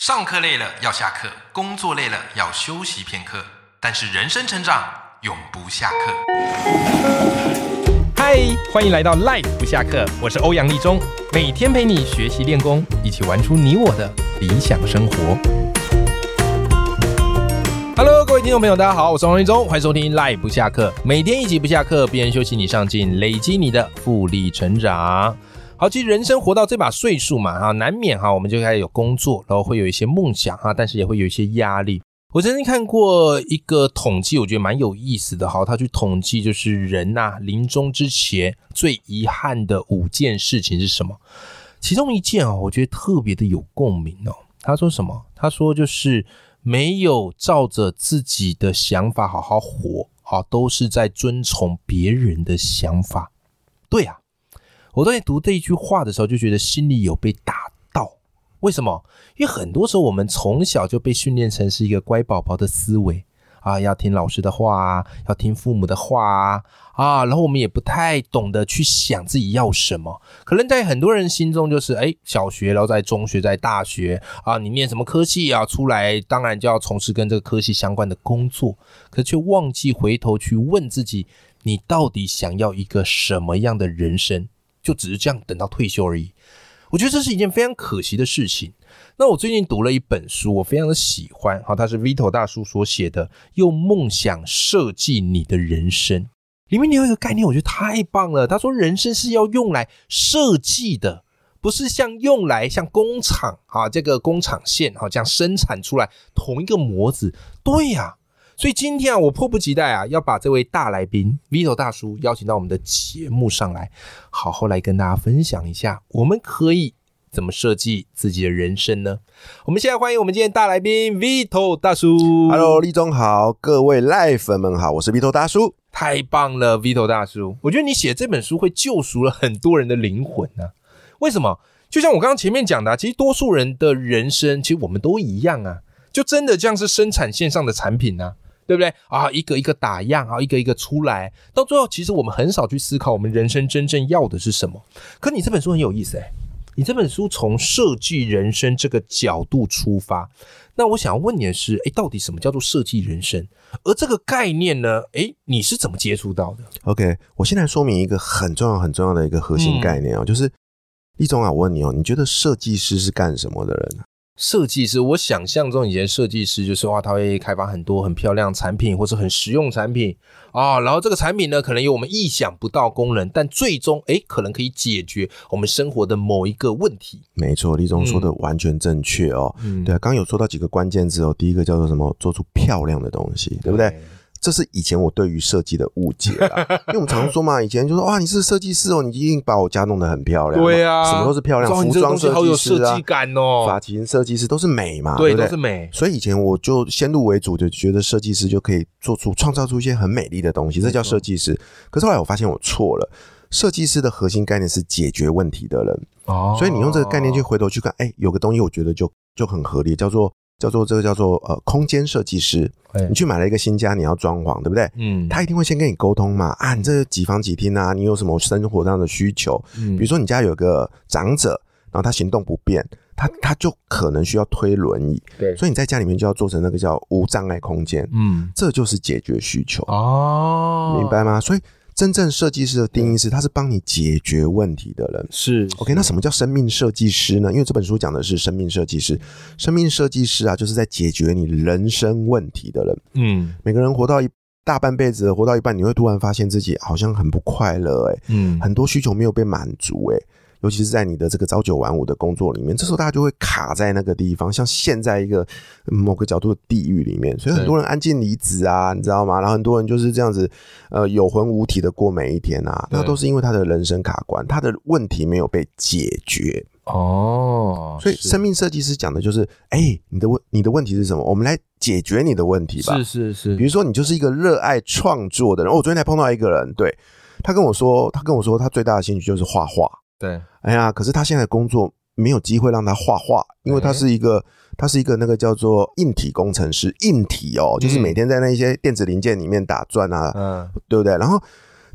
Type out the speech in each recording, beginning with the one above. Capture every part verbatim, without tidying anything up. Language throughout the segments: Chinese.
上课累了要下课，工作累了要休息片刻，但是人生成长永不下课。嗨，欢迎来到 Life 不下课，我是欧阳立中，每天陪你学习练功，一起玩出你我的理想生活。Hello， 各位听众朋友，大家好，我是欧阳立中，欢迎收听 Life 不下课，每天一集不下课，别人休息你上进，累积你的复利成长。好，其实人生活到这把岁数嘛，哈，难免哈，我们就开始有工作，然后会有一些梦想哈，但是也会有一些压力。我曾经看过一个统计，我觉得蛮有意思的，好，他去统计就是人呐、啊、临终之前最遗憾的五件事情是什么？其中一件哦，我觉得特别的有共鸣哦。他说什么？他说就是没有照着自己的想法好好活，好，都是在遵从别人的想法。对啊。我在读这一句话的时候就觉得心里有被打到。为什么？因为很多时候我们从小就被训练成是一个乖宝宝的思维啊，要听老师的话啊，要听父母的话啊，啊，然后我们也不太懂得去想自己要什么。可能在很多人心中就是哎，小学，然后在中学，在大学啊，你念什么科系啊，出来当然就要从事跟这个科系相关的工作，可却忘记回头去问自己，你到底想要一个什么样的人生？就只是这样等到退休而已。我觉得这是一件非常可惜的事情。那我最近读了一本书，我非常的喜欢，它是 Vito 大叔所写的《用梦想设计你的人生》。里面有一个概念我觉得太棒了，他说人生是要用来设计的，不是像用来像工厂啊，这个工厂线啊这样生产出来同一个模子。对呀、啊，所以今天啊，我迫不及待啊，要把这位大来宾 Vito 大叔邀请到我们的节目上来，好好来跟大家分享一下，我们可以怎么设计自己的人生呢？我们现在欢迎我们今天大来宾 Vito 大叔。 Hello， 立中好，各位赖粉们好，我是 Vito 大叔。 太棒了 Vito 大叔，我觉得你写这本书会救赎了很多人的灵魂啊。为什么？就像我刚刚前面讲的、啊、其实多数人的人生其实我们都一样啊，就真的像是生产线上的产品啊，对不对啊？一个一个打样啊，一个一个出来，到最后其实我们很少去思考我们人生真正要的是什么。可你这本书很有意思诶，你这本书从设计人生这个角度出发，那我想要问你的是，诶，到底什么叫做设计人生？而这个概念呢，诶，你是怎么接触到的 ？OK， 我先来说明一个很重要很重要的一个核心概念哦，嗯、就是立中啊，我问你哦，你觉得设计师是干什么的人呢？ 设计师，我想象中以前设计师就是哇，他会开发很多很漂亮的产品或是很实用产品啊，然后这个产品呢，可能有我们意想不到功能，但最终诶可能可以解决我们生活的某一个问题。 没错，立中说的完全正确哦。嗯，对啊，刚刚有说到几个关键字哦，第一个叫做什么？做出漂亮的东西，对不对？这是以前我对于设计的误解啦，因为我们常说嘛，以前就说哇，你是设计师哦，你一定把我家弄得很漂亮。 对啊， 什么都是漂亮，服装设计师啊， 好有设计感哦， 发型设计师都是美嘛， 对， 对不对？ 都是美。 所以以前我就先入为主，就觉得设计师就可以做出创造出一些很美丽的东西，这叫设计师。可是后来我发现我错了，设计师的核心概念是解决问题的人。哦，所以你用这个概念去回头去看，哎，有个东西我觉得就就很合理，叫做。叫做这个叫做呃空间设计师，你去买了一个新家，你要装潢，对不对？嗯，他一定会先跟你沟通嘛，啊，你这几房几厅啊，你有什么生活上的需求？嗯，比如说你家有个长者，然后他行动不便，他他就可能需要推轮椅，对，所以你在家里面就要做成那个叫无障碍空间，嗯，这就是解决需求哦，明白吗？所以。真正设计师的定义是，他是帮你解决问题的人。 是 OK， 那什么叫生命设计师呢？因为这本书讲的是生命设计师。生命设计师啊，就是在解决你人生问题的人。嗯，每个人活到一大半辈子，活到一半，你会突然发现自己好像很不快乐，哎，嗯，很多需求没有被满足，哎。尤其是在你的这个朝九晚五的工作里面，这时候大家就会卡在那个地方，像陷在一个某个角度的地狱里面，所以很多人安静离职啊，你知道吗？然后很多人就是这样子，呃，有魂无体的过每一天啊，那都是因为他的人生卡关，他的问题没有被解决。哦，所以生命设计师讲的就是，哎、欸，你的问你的问题是什么？我们来解决你的问题吧。 是是是， 比如说你就是一个热爱创作的人，哦，我昨天才碰到一个人，对，他跟我说，他跟我说他最大的兴趣就是画画。 对， 哎呀，可是他现在的工作没有机会让他画画，因为他是一个他是一个那个叫做硬体工程师，硬体哦，就是每天在那些电子零件里面打转啊，嗯，对不对？然后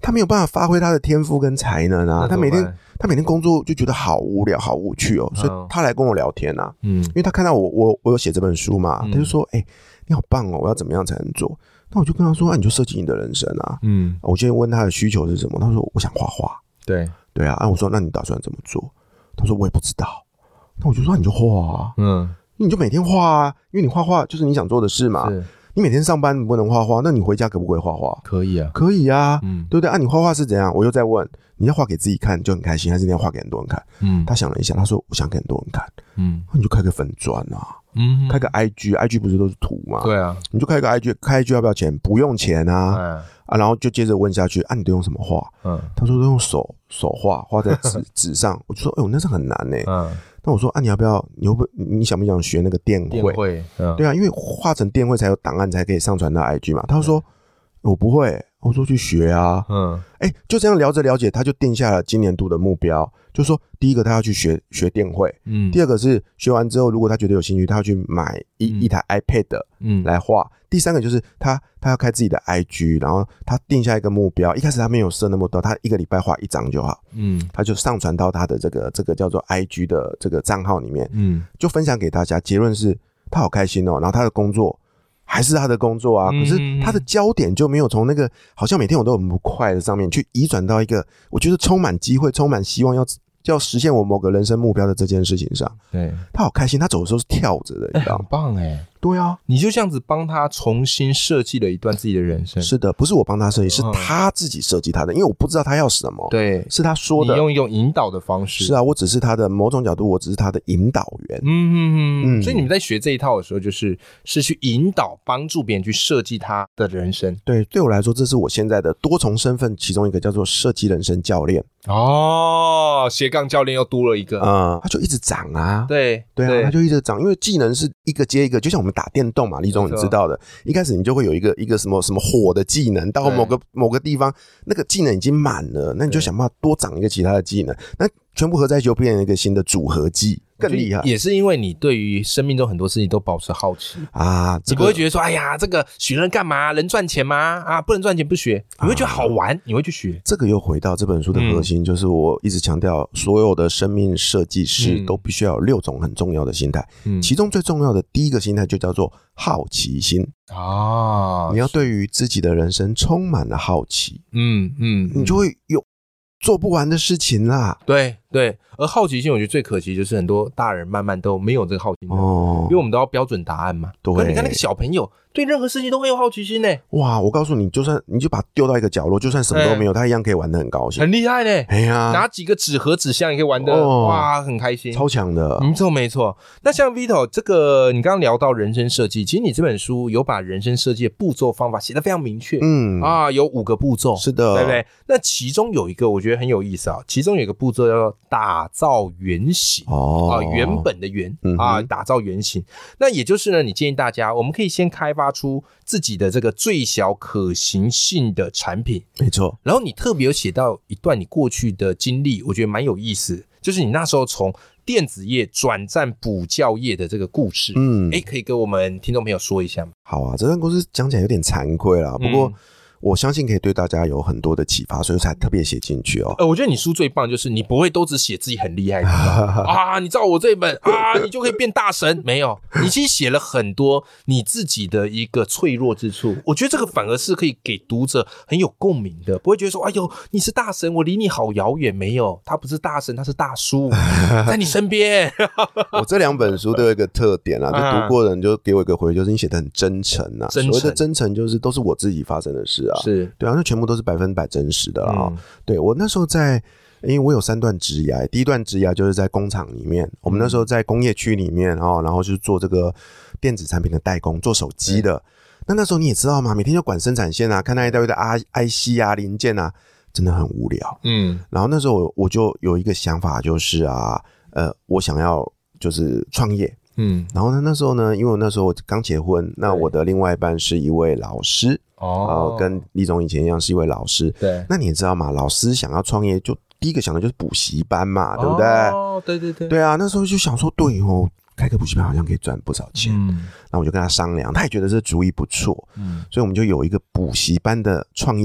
他没有办法发挥他的天赋跟才能啊，他每天他每天工作就觉得好无聊好无趣哦，所以他来跟我聊天啊，嗯，因为他看到我我我有写这本书嘛，嗯、他就说，哎、欸，你好棒哦，我要怎么样才能做？那我就跟他说，啊，你就设计你的人生啊，嗯，我今天问他的需求是什么，他说我想画画， 对对啊，啊，我说那你打算怎么做？他说我也不知道，那我就说你就画啊，嗯，你就每天画啊，因为你画画就是你想做的事嘛。你每天上班你不能画画，那你回家可不可以画画？ 可以啊， 可以啊，嗯，对不对啊？你画画是怎样？我又在问，你要画给自己看就很开心，还是你要画给很多人看？嗯，他想了一下，他说我想给很多人看，嗯，那你就开个粉专啊，嗯，开个 I G，I G 不是都是图吗？ 对啊， 你就开个 I G， 开 I G 要不要钱？不用钱啊，嗯、啊，然后就接着问下去，啊，你都用什么画？嗯，他说都用手手画，画在纸纸上，我就说，哎呦，那是很难呢、欸，嗯。那我说啊，你要不要？你会不会？你想不想学那个电绘？ 电绘，嗯， 对啊，因为画成电绘才有档案，才可以上传到 I G 嘛。他说我不会，我说去学啊，嗯，哎、欸，就这样聊着聊着，他就定下了今年度的目标，就说第一个他要去学学电绘，嗯，第二个是学完之后，如果他觉得有兴趣，他要去买一、嗯、一台 iPad， 嗯，来画。第三个就是他他要开自己的 I G， 然后他定下一个目标，一开始他没有设那么多，他一个礼拜画一张就好，嗯，他就上传到他的这个这个叫做 I G 的这个账号里面，嗯，就分享给大家。结论是他好开心哦，然后他的工作还是他的工作啊，可是他的焦点就没有从那个好像每天我都很不快的上面去移转到一个我觉得充满机会、充满希望要。要实现我某个人生目标的这件事情上，对，他好开心，他走的时候是跳着的，你知道吗？ 很棒哎， 对啊， 你就这样子帮他重新设计了一段自己的人生。 是的，不是我帮他设计，是他自己设计他的，因为我不知道他要什么， 对， 是他说的， 你用一种引导的方式。 是啊，我只是他的某种角度，我只是他的引导员。嗯嗯嗯，所以你们在学这一套的时候，就是是去引导、帮助别人去设计他的人生。 对，对我来说，这是我现在的多重身份其中一个，叫做设计人生教练。 哦，斜杠教练又多了一个， 嗯，他就一直涨啊， 对对啊，对他就一直涨，因为技能是一个接一个，就像我们打电动嘛，李总你知道的，一开始你就会有一个一个什么什么火的技能，到某个某个地方那个技能已经满了，那你就想办法多长一个其他的技能，那全部合在一起就变成一个新的组合技。更厉害， 也是因为你对于生命中很多事情都保持好奇啊， 这个、你不会觉得说，哎呀，这个学人干嘛？能赚钱吗？啊，不能赚钱不学，你会觉得好玩，啊、你会去学。 这个又回到这本书的核心，嗯、就是我一直强调，所有的生命设计师都必须要有六种很重要的心态，嗯、其中最重要的第一个心态就叫做好奇心啊，你要对于自己的人生充满了好奇，嗯嗯，你就会有做不完的事情啦， 对对。而好奇心我觉得最可惜就是很多大人慢慢都没有这个好奇心、哦、因为我们都要标准答案嘛。对，可你看那个小朋友对任何事情都会有好奇心呢。 哇，我告诉你，就算你就把它丢到一个角落，就算什么都没有、欸、他一样可以玩得很高兴， 很厉害呢。 哎呀， 拿几个纸盒纸箱也可以玩得、哦、哇很开心， 超强的。 没错没错。那像 Vito 这个你刚刚聊到人生设计，其实你这本书有把人生设计的步骤方法写得非常明确，嗯啊，有五个步骤， 是的， 对不对？那其中有一个我觉得很有意思啊，其中有一个步骤叫做打造原型哦、啊，原本的原、嗯、啊，打造原型。那也就是呢，你建议大家，我们可以先开发出自己的这个最小可行性的产品， 没错。 然后你特别有写到一段你过去的经历，我觉得蛮有意思，就是你那时候从电子业转战补教业的这个故事，嗯，哎，可以跟我们听众朋友说一下吗？ 好啊，这段故事讲起来有点惭愧啦，不过、嗯。我相信可以对大家有很多的启发，所以才特别写进去哦。 呃，我觉得你书最棒就是你不会都只写自己很厉害的啊，你照我这本啊，你就可以变大神。没有，你其实写了很多你自己的一个脆弱之处。我觉得这个反而是可以给读者很有共鸣的，不会觉得说，哎呦，你是大神，我离你好遥远。没有，他不是大神，他是大叔，在你身边。 我这两本书都有一个特点啊，就读过的人就给我一个回馈，就是你写得很真诚啊。真诚，所谓的真诚就是都是我自己发生的事啊。是，对啊，那全部都是百分百真实的啊、嗯！对，我那时候在，因为我有三段职涯，第一段职涯就是在工厂里面，我们那时候在工业区里面哦，然后就是做这个电子产品的代工，做手机的。那那时候你也知道嘛，每天就管生产线啊，看那一大堆的 I C 啊零件啊，真的很无聊。嗯，然后那时候我我就有一个想法，就是啊，呃，我想要就是创业。嗯，然后呢，那时候呢，因为我那时候我刚结婚，那我的另外一半是一位老师哦、呃，跟李总以前一样是一位老师。对，那你也知道嘛，老师想要创业，就第一个想的就是补习班嘛，对不对？ 哦，对对对， 对啊，那时候就想说，对哦，开个补习班好像可以赚不少钱。嗯，然后我就跟他商量，他也觉得这主意不错。嗯，所以我们就有一个补习班的创业梦。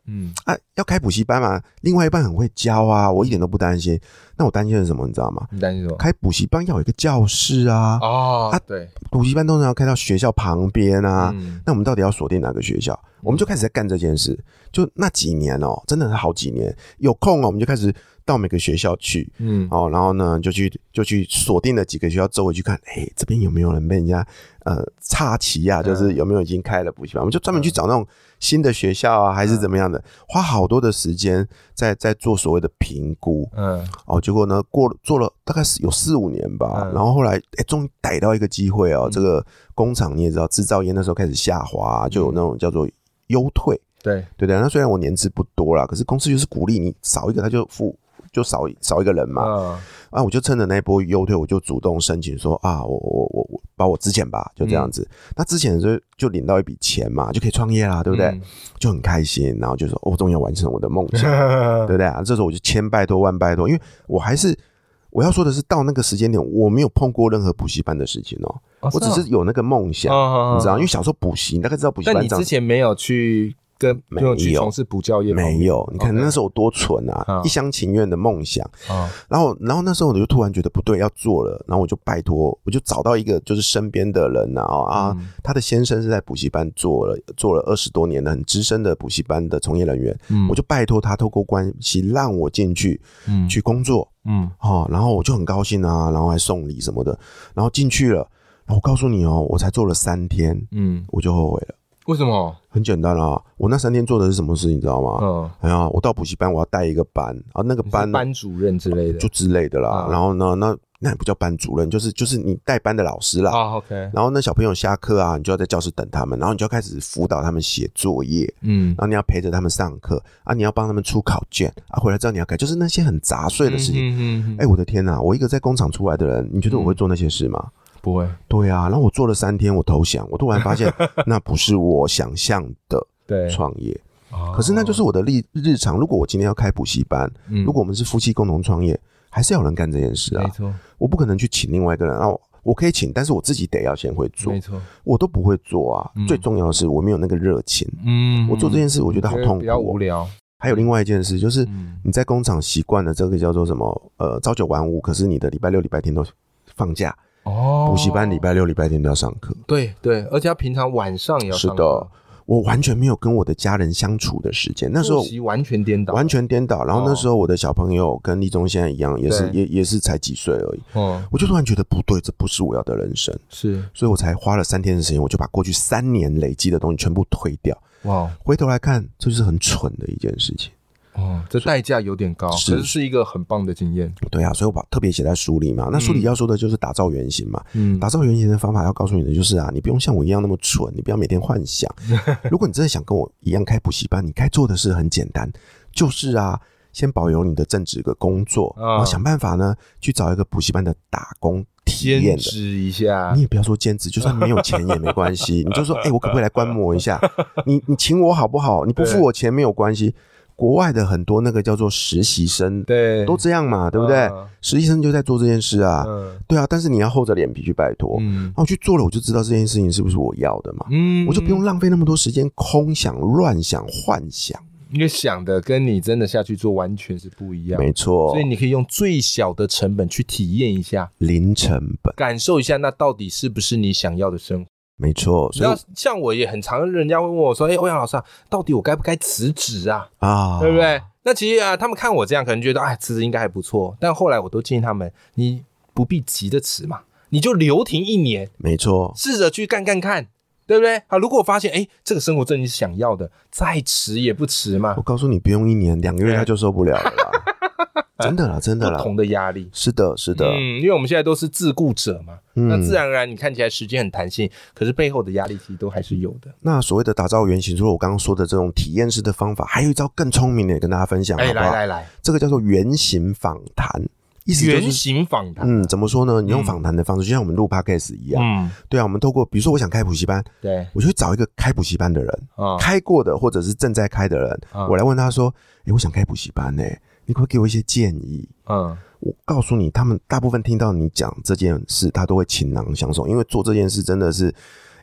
嗯啊，要开补习班嘛，另外一半很会教啊，我一点都不担心。那我担心的是什么？你知道吗？ 你担心什么？ 开补习班要有一个教室啊。 哦，啊，对， 补习班通常要开到学校旁边啊。嗯、那我们到底要锁定哪个学校？我们就开始在干这件事。就那几年哦，真的是好几年，有空哦，我们就开始到每个学校去，嗯，哦，然后呢，就去就去锁定了几个学校周围去看，哎，这边有没有人被人家呃插旗啊？就是有没有已经开了补习班？我们就专门去找那种新的学校啊，还是怎么样的，花好多的时间在在做所谓的评估，嗯，哦，结果呢，过了做了大概是有四五年吧，嗯、然后后来哎，终于逮到一个机会哦，嗯、这个工厂你也知道，制造业那时候开始下滑、啊，就有那种叫做优退。对对对，那虽然我年资不多啦，可是公司就是鼓励你少一个他就付就少少一个人嘛。嗯、啊，我就趁着那一波优退，我就主动申请说啊，我我我我把我资遣吧，就这样子。嗯、那之前就就领到一笔钱嘛，就可以创业啦，对不对？嗯、就很开心，然后就说哦，我终于要完成我的梦想，对不对啊？这时候我就千拜托万拜托，因为我还是我要说的是，到那个时间点，我没有碰过任何补习班的事情哦，哦我只是有那个梦想，哦、你知道，因为小时候补习，你大概知道补习班。 但你之前没有去。没有去从事补教业， 没有。你看那时候我多蠢啊， okay. 一厢情愿的梦想。Oh. 然后，然后那时候我就突然觉得不对，要做了。然后我就拜托，我就找到一个就是身边的人啊，啊，嗯、他的先生是在补习班做了做了二十多年的很资深的补习班的从业人员，嗯、我就拜托他透过关系让我进去，嗯、去工作，嗯，哦，然后我就很高兴啊，然后还送礼什么的，然后进去了。然后我告诉你哦，我才做了三天，嗯，我就后悔了。 为什么？ 很简单啊，我那三天做的是什么事你知道吗？嗯，哎呀，我到补习班我要带一个班啊，那个班班主任之类的， 就之类的啦。嗯、然后呢，那那也不叫班主任，就是就是你带班的老师啦。 啊 ，OK。 然后那小朋友下课啊，你就要在教室等他们，然后你就要开始辅导他们写作业，嗯，然后你要陪着他们上课啊，你要帮他们出考卷啊，回来之后你要改，就是那些很杂碎的事情。哎、嗯欸，我的天哪，我一个在工厂出来的人，你觉得我会做那些事吗？ 不会。 对啊，然后我做了三天，我投降，我突然发现那不是我想象的创业。可是那就是我的日常。如果我今天要开补习班，嗯、如果我们是夫妻共同创业，还是要有人干这件事啊。没错，我不可能去请另外一个人，然后我可以请，但是我自己得要先会做。没错，我都不会做啊。嗯、最重要的是我没有那个热情。嗯，我做这件事我觉得好痛苦、哦， 比较无聊。 还有另外一件事，就是你在工厂习惯了这个叫做什么呃朝九晚五，可是你的礼拜六、礼拜天都放假。哦，补习班礼拜六、礼拜天都要上课。 对对，而且他平常晚上也要上课。 是的，我完全没有跟我的家人相处的时间。那时候完全颠倒， 完全颠倒。然后那时候我的小朋友跟立中现在一样，也是也也是才几岁而已。哦，我就突然觉得不对，这不是我要的人生。是，所以我才花了三天的时间，我就把过去三年累积的东西全部推掉。哇，回头来看，这就是很蠢的一件事情。 哦，这代价有点高，是可是是一个很棒的经验。 对啊，所以我把特别写在书里嘛。那书里要说的就是打造原型嘛。嗯，打造原型的方法要告诉你的就是啊，你不用像我一样那么蠢，你不要每天幻想。如果你真的想跟我一样开补习班，你该做的事很简单，就是啊，先保有你的正职的工作，嗯、然后想办法呢去找一个补习班的打工体验的， 兼职一下。 你也不要说兼职，就算没有钱也没关系，你就说，哎、欸，我可不可以来观摩一下？你你请我好不好？你不付我钱没有关系。国外的很多那个叫做实习生，对，都这样嘛，对不对？嗯、实习生就在做这件事啊，嗯、对啊。但是你要厚着脸皮去拜托，嗯，然后我去做了，我就知道这件事情是不是我要的嘛，嗯，我就不用浪费那么多时间空想、乱想、幻想。 因为想的跟你真的下去做完全是不一样， 没错。 所以你可以用最小的成本去体验一下， 零成本， 感受一下那到底是不是你想要的生活。 没错， 所以像我也很常，人家会问我说：“哎、欸，欧阳老师啊，到底我该不该辞职啊？啊，对不对？”那其实啊，他们看我这样，可能觉得哎，辞职应该还不错。但后来我都建议他们，你不必急着辞嘛，你就留停一年， 没错， 试着去干干看，对不对？啊，如果我发现哎，这个生活真的是想要的，再辞也不迟嘛。 我告诉你，不用一年，两个月他就受不了了啦。真的啦，真的啦， 不同的压力， 是的，是的， 嗯，因为我们现在都是自雇者嘛，嗯、那自然而然你看起来时间很弹性，可是背后的压力其实都还是有的。 那所谓的打造原型，除了我刚刚说的这种体验式的方法，还有一招更聪明的，跟大家分享，好不好？ 来来来， 这个叫做原型访谈。意思就是原型访谈， 嗯，怎么说呢？你用访谈的方式，嗯、就像我们录 podcast 一样，嗯，对啊，我们透过比如说我想开补习班，对，我就去找一个开补习班的人，哦、开过的或者是正在开的人，哦、我来问他说，哎，我想开补习班呢、欸，你可不可以给我一些建议？嗯，我告诉你，他们大部分听到你讲这件事，他都会倾囊相授，因为做这件事真的是一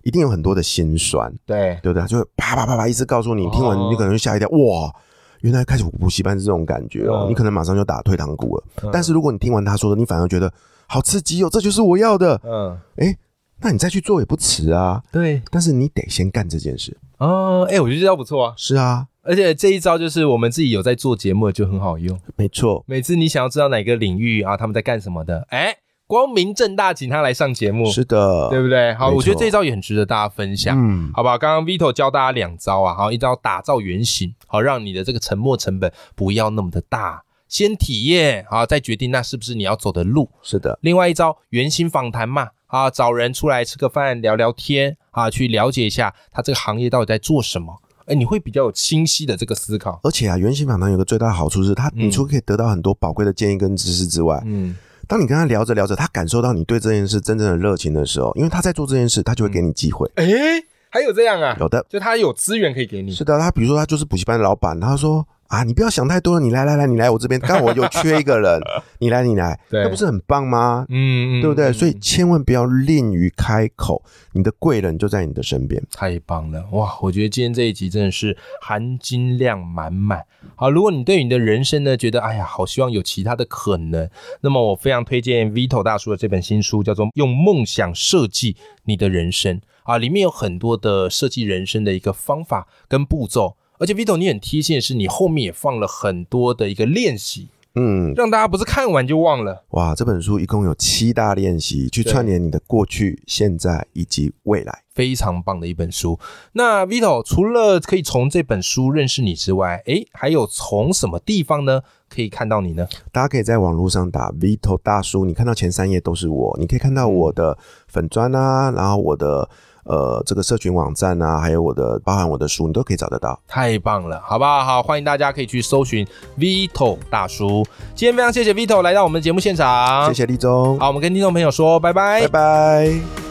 一定有很多的心酸， 对对不对？就会啪啪啪啪一直告诉你，听完你可能就吓一跳，哇！原来开始补习班是这种感觉哦，嗯、你可能马上就打退堂鼓了。嗯、但是如果你听完他说的，你反而觉得好刺激哦，这就是我要的。嗯，哎，那你再去做也不迟啊。 对， 但是你得先干这件事。 哦，哎，我觉得这招不错啊。 是啊， 而且这一招就是我们自己有在做节目的就很好用。 没错， 每次你想要知道哪个领域啊，他们在干什么的，哎。光明正大请他来上节目， 是的， 对不对？好，我觉得这一招也很值得大家分享，嗯，好不好？刚刚 Vito 教大家两招啊，好，一招打造原型，好，让你的这个沉没成本不要那么的大，先体验，好，再决定那是不是你要走的路。 是的， 另外一招原型访谈嘛，啊，找人出来吃个饭聊聊天，啊，去了解一下他这个行业到底在做什么。哎，你会比较有清晰的这个思考。 而且啊，原型访谈有个最大的好处是，他你除了可以得到很多宝贵的建议跟知识之外，嗯。当你跟他聊着聊着，他感受到你对这件事真正的热情的时候，因为他在做这件事，他就会给你机会。 哎、嗯，还有这样啊？ 有的， 就他有资源可以给你。 是的，他比如说他就是补习班的老板，他说啊，你不要想太多了，你来来来，你来我这边，刚好我又缺一个人，你来你来，那不是很棒吗？嗯，对不对？所以千万不要吝于开口，你的贵人就在你的身边。 太棒了，哇！我觉得今天这一集真的是含金量满满。好，如果你对你的人生呢觉得哎呀，好希望有其他的可能，那么我非常推荐 Vito 大叔的这本新书，叫做《用梦想设计你的人生》啊，里面有很多的设计人生的一个方法跟步骤。而且 Vito 你很贴心的是，你后面也放了很多的一个练习，嗯，让大家不是看完就忘了。 哇，这本书一共有七大练习，去串联你的过去、现在以及未来， 非常棒的一本书。那 Vito 除了可以从这本书认识你之外，诶，还有从什么地方呢可以看到你呢？ 大家可以在网络上打 Vito 大叔，你看到前三页都是我，你可以看到我的粉专啊，然后我的呃，这个社群网站啊，还有我的包含我的书，你都可以找得到。 太棒了，好不好？好，欢迎大家可以去搜寻 Vito 大叔。今天非常谢谢 Vito 来到我们的节目现场， 谢谢立中。 好，我们跟听众朋友说拜拜， 拜拜。